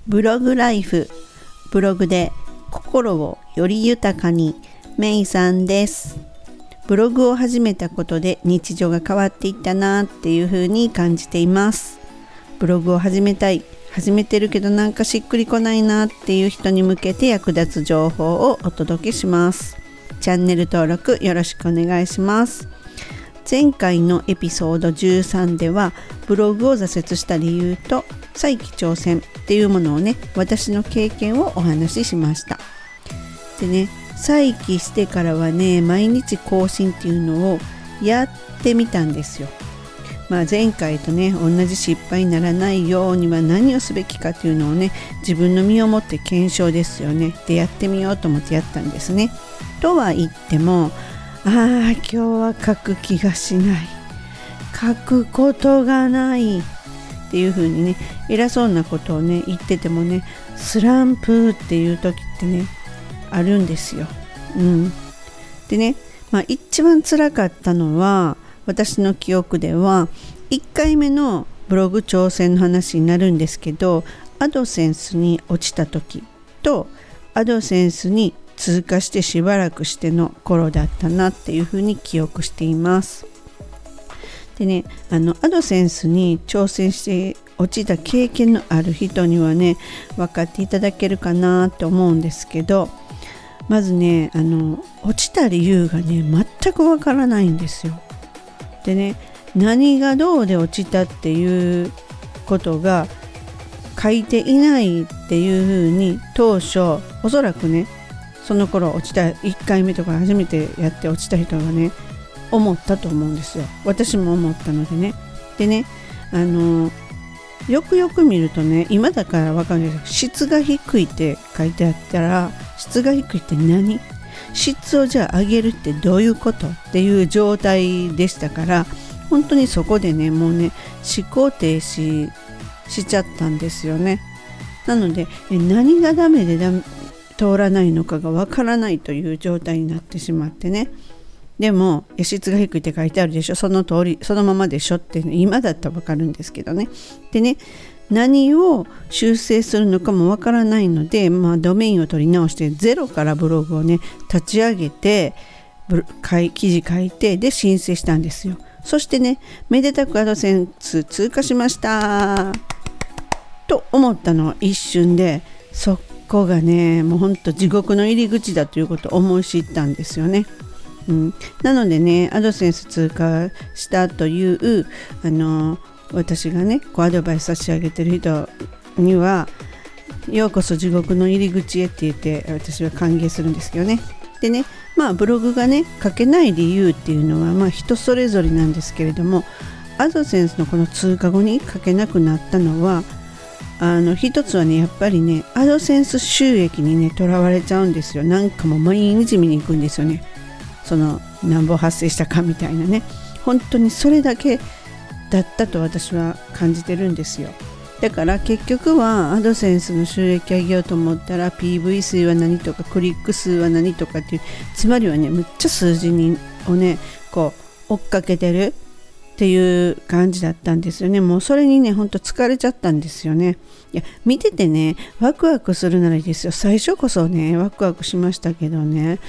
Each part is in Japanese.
ブログライフ、ブログで心をより豊かに、メイさんです。ブログを始めたことで日常が変わっていったなっていう風に感じています。ブログを始めたい、始めてるけどなんかしっくりこないなっていう人に向けて役立つ情報をお届けします。チャンネル登録よろしくお願いします。前回のエピソード13ではブログを挫折した理由と再起挑戦っていうものをね、私の経験をお話ししました。でね、再起してからはね、毎日更新っていうのをやってみたんですよ。前回とね、同じ失敗にならないようには何をすべきかっていうのをね、自分の身をもって検証ですよね。で、やってみようと思ってやったんですね。とは言っても、今日は書く気がしない、書くことがないっていう風にね、偉そうなことをね言っててもね、スランプっていう時ってねあるんですよ。でね、一番辛かったのは、私の記憶では1回目のブログ挑戦の話になるんですけど、アドセンスに落ちた時とアドセンスに通過してしばらくしての頃だったなっていうふうに記憶しています。でね、アドセンスに挑戦して落ちた経験のある人にはね、分かっていただけるかなと思うんですけど、まずね、落ちた理由がね全くわからないんですよ。でね、何がどうで落ちたっていうことが書いていないっていうふうに当初、おそらくね、その頃落ちた1回目とか初めてやって落ちた人がね思ったと思うんですよ。私も思ったのでね。でね、よくよく見るとね、今だから分かるんですけど、質が低いって書いてあったら、質が低いって何？質をじゃあ上げるってどういうことっていう状態でしたから、本当にそこでね、もうね思考停止しちゃったんですよね。なので何がダメで通らないのかがわからないという状態になってしまってね。でも質が低いって書いてあるでしょ、その通りそのままでしょって、ね、今だったらわかるんですけどね。でね、何を修正するのかもわからないので、ドメインを取り直してゼロからブログをね立ち上げて記事書いて、で申請したんですよ。そしてね、めでたくアドセンス通過しましたと思ったのは一瞬で、そこがねもうほんと地獄の入り口だということを思い知ったんですよね。なのでね、アドセンス通過したという私がねアドバイス差し上げてる人には、ようこそ地獄の入り口へって言って私は歓迎するんですけどね。でね、ブログがね書けない理由っていうのは人それぞれなんですけれども、アドセンスのこの通過後に書けなくなったのは、一つはね、やっぱりねアドセンス収益にねとらわれちゃうんですよ。なんかもう毎日見に行くんですよね。その何本発生したかみたいなね、本当にそれだけだったと私は感じてるんですよ。だから結局はアドセンスの収益上げようと思ったら PV 数は何とかクリック数は何とかっていう、つまりはねむっちゃ数字をねこう追っかけてるっていう感じだったんですよね。もうそれにねほんと疲れちゃったんですよね。いや、見ててねワクワクするならいいですよ。最初こそねワクワクしましたけどね、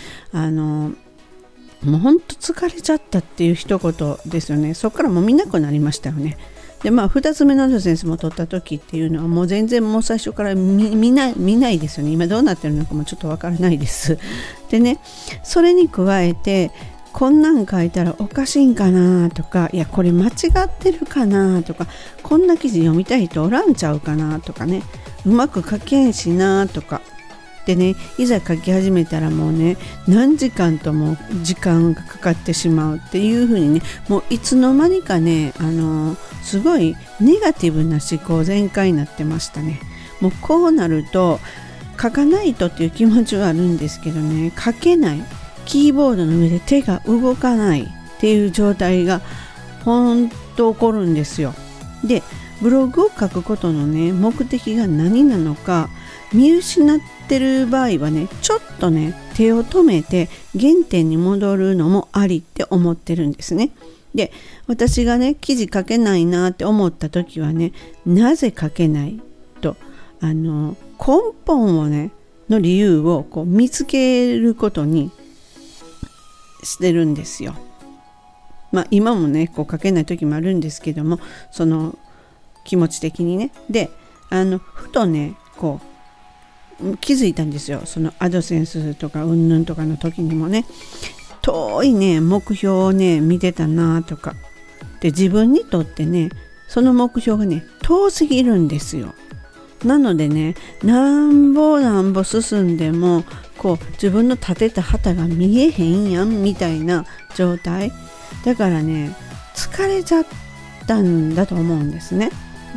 もうほんと疲れちゃったっていう一言ですよね。そこからもう見なくなりましたよね。で2つ目のアドセンスも取った時っていうのはもう全然もう最初から見ないですよね。今どうなってるのかもちょっとわからないです。でね、それに加えてこんなん書いたらおかしいんかなとか、いやこれ間違ってるかなとか、こんな記事読みたい人おらんちゃうかなとかね、うまく書けんしなとかでね、いざ書き始めたらもうね何時間とも時間がかかってしまうっていう風にね、もういつの間にかねすごいネガティブな思考全開になってましたね。もうこうなると書かないとっていう気持ちはあるんですけどね、書けない、キーボードの上で手が動かないっていう状態が本当起こるんですよ。で、ブログを書くことのね目的が何なのか見失ってる場合はね、ちょっとね手を止めて原点に戻るのもありって思ってるんですね。で、私がね記事書けないなって思った時はね、なぜ書けないと根本をねの理由をこう見つけることにしてるんですよ。今もねこう書けない時もあるんですけども、その気持ち的にね。でふとねこう気づいたんですよ。そのアドセンスとかうんぬんとかの時にもね、遠いね目標をね見てたなとかで、自分にとってねその目標がね遠すぎるんですよ。なのでね、なんぼ進んでもこう自分の立てた旗が見えへんやんみたいな状態だからね、疲れちゃったんだと思うんですね。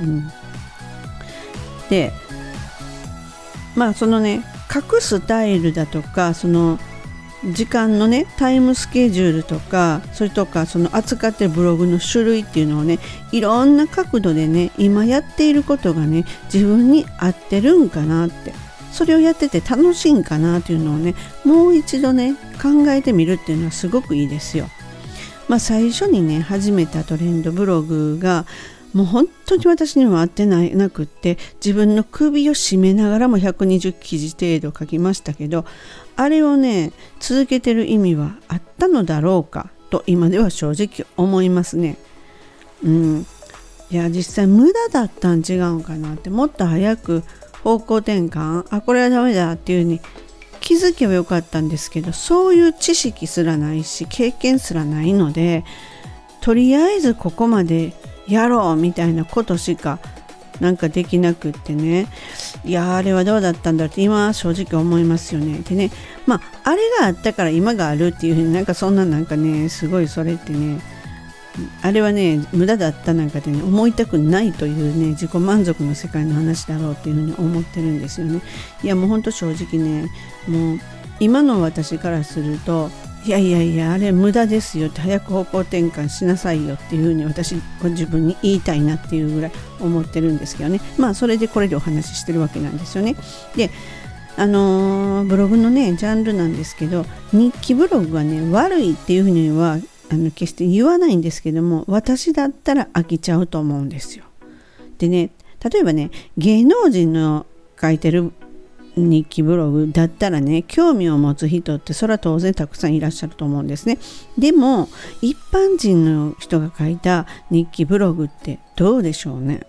でそのね書くスタイルだとか、その時間のねタイムスケジュールとか、それとかその扱ってるブログの種類っていうのをね、いろんな角度でね今やっていることがね自分に合ってるんかなって、それをやってて楽しいんかなっていうのをねもう一度ね考えてみるっていうのはすごくいいですよ。最初にね始めたトレンドブログがもう本当に私には合ってなくって、自分の首を絞めながらも120記事程度書きましたけど、あれをね続けてる意味はあったのだろうかと今では正直思いますね。いや実際無駄だったん違うんかなって、もっと早く方向転換、これはダメだっていう風に気づけばよかったんですけど、そういう知識すらないし経験すらないので、とりあえずここまでやろうみたいなことしかなんかできなくってね、いやあれはどうだったんだろうって今正直思いますよね。でね、あれがあったから今があるっていう風になんかそんななんかねすごいそれってね、あれはね無駄だったなんかでね思いたくないというね自己満足の世界の話だろうっていう風に思ってるんですよね。いやもうほんと正直ね、もう今の私からするといやあれ無駄ですよって、早く方向転換しなさいよっていうふうに私は自分に言いたいなっていうぐらい思ってるんですけどね。それでこれでお話ししてるわけなんですよね。でブログのねジャンルなんですけど、日記ブログがね悪いっていうふうには決して言わないんですけども、私だったら飽きちゃうと思うんですよ。でね、例えばね芸能人の書いてる日記ブログだったらね興味を持つ人ってそれは当然たくさんいらっしゃると思うんですね。でも一般人の人が書いた日記ブログってどうでしょうね。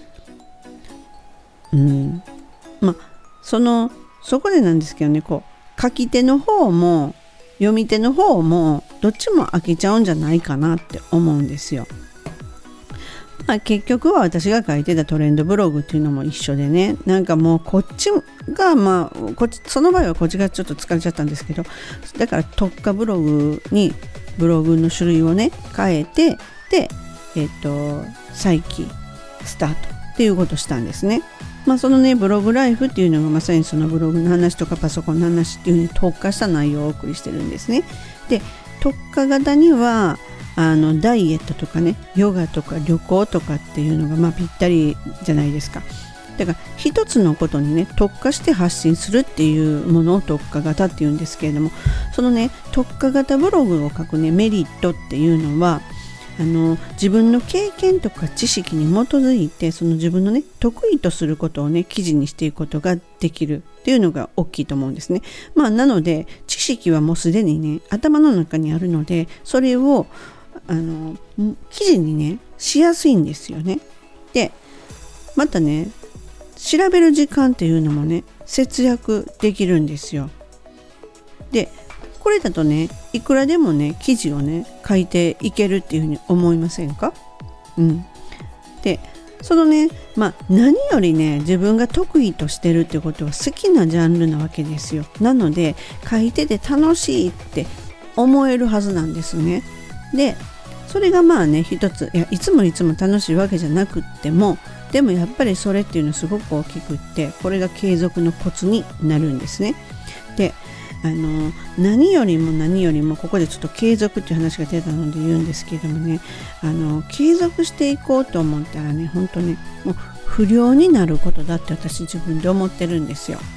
そこでなんですけどね、こう書き手の方も読み手の方もどっちも飽きちゃうんじゃないかなって思うんですよ。結局は私が書いてたトレンドブログっていうのも一緒でね、なんかもうこっちがその場合はこっちがちょっと疲れちゃったんですけど、だから特化ブログにブログの種類をね変えて、で再起スタートっていうことをしたんですね。そのねブログライフっていうのがまさにそのブログの話とかパソコンの話っていう風に特化した内容をお送りしてるんですね。で特化型にはダイエットとかねヨガとか旅行とかっていうのがぴったりじゃないですか。だから一つのことにね特化して発信するっていうものを特化型っていうんですけれども、そのね特化型ブログを書くねメリットっていうのは自分の経験とか知識に基づいて、その自分のね得意とすることをね記事にしていくことができるっていうのが大きいと思うんですね。なので知識はもうすでにね頭の中にあるので、それを記事にねしやすいんですよね。でまたね調べる時間っていうのもね節約できるんですよ。でこれだとねいくらでもね記事をね書いていけるっていうふうに思いませんか？でそのね何よりね自分が得意としてるってことは好きなジャンルなわけですよ。なので書いてて楽しいって思えるはずなんですね。でそれが一ついつも楽しいわけじゃなくっても、でもやっぱりそれっていうのはすごく大きくって、これが継続のコツになるんですね。で何よりもここでちょっと継続っていう話が出たので言うんですけれどもね、継続していこうと思ったらね本当ねもう不良になることだって私自分で思ってるんですよ。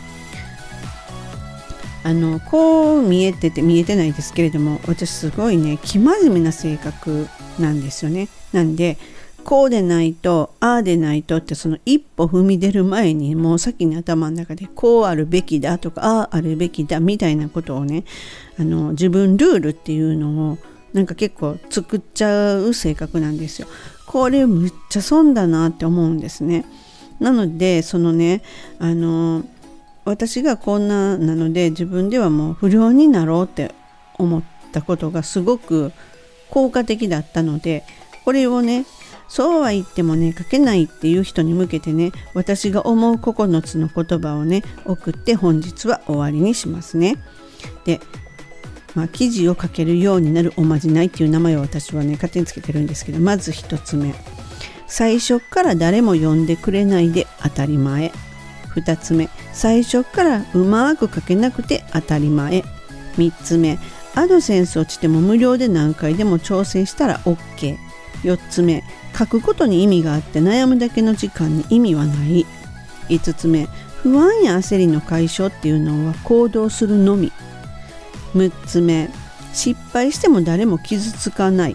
こう見えてないですけれども、私すごいね生真面目な性格なんですよね。なんでこうでないとああでないとって、その一歩踏み出る前にもう先に頭の中でこうあるべきだとかあああるべきだみたいなことをね、自分ルールっていうのをなんか結構作っちゃう性格なんですよ。これむっちゃ損だなって思うんですね。なのでそのね、私がこんなので自分ではもう不良になろうって思ったことがすごく効果的だったので、これをね、そうは言ってもね書けないっていう人に向けてね、私が思う9つの言葉をね送って本日は終わりにしますね。で、記事を書けるようになるおまじないっていう名前を私はね勝手につけてるんですけど、まず1つ目、最初から誰も読んでくれないで当たり前。2つ目、最初からうまく書けなくて当たり前。3つ目、アドセンス落ちても無料で何回でも挑戦したら OK。 4つ目、書くことに意味があって悩むだけの時間に意味はない。5つ目、不安や焦りの解消っていうのは行動するのみ。6つ目、失敗しても誰も傷つかない。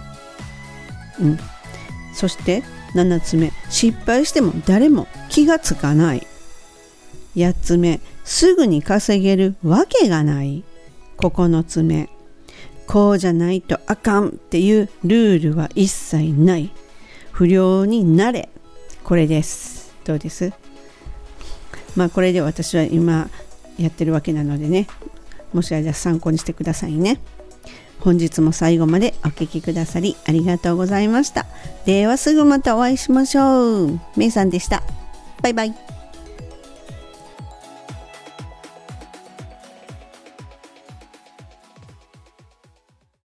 そして7つ目、失敗しても誰も気がつかない。8つ目、すぐに稼げるわけがない。9つ目、こうじゃないとあかんっていうルールは一切ない。不良になれ。これです。どうです？これで私は今やってるわけなのでね、もしあれば参考にしてくださいね。本日も最後までお聞きくださりありがとうございました。ではすぐまたお会いしましょう。めいさんでした。バイバイ。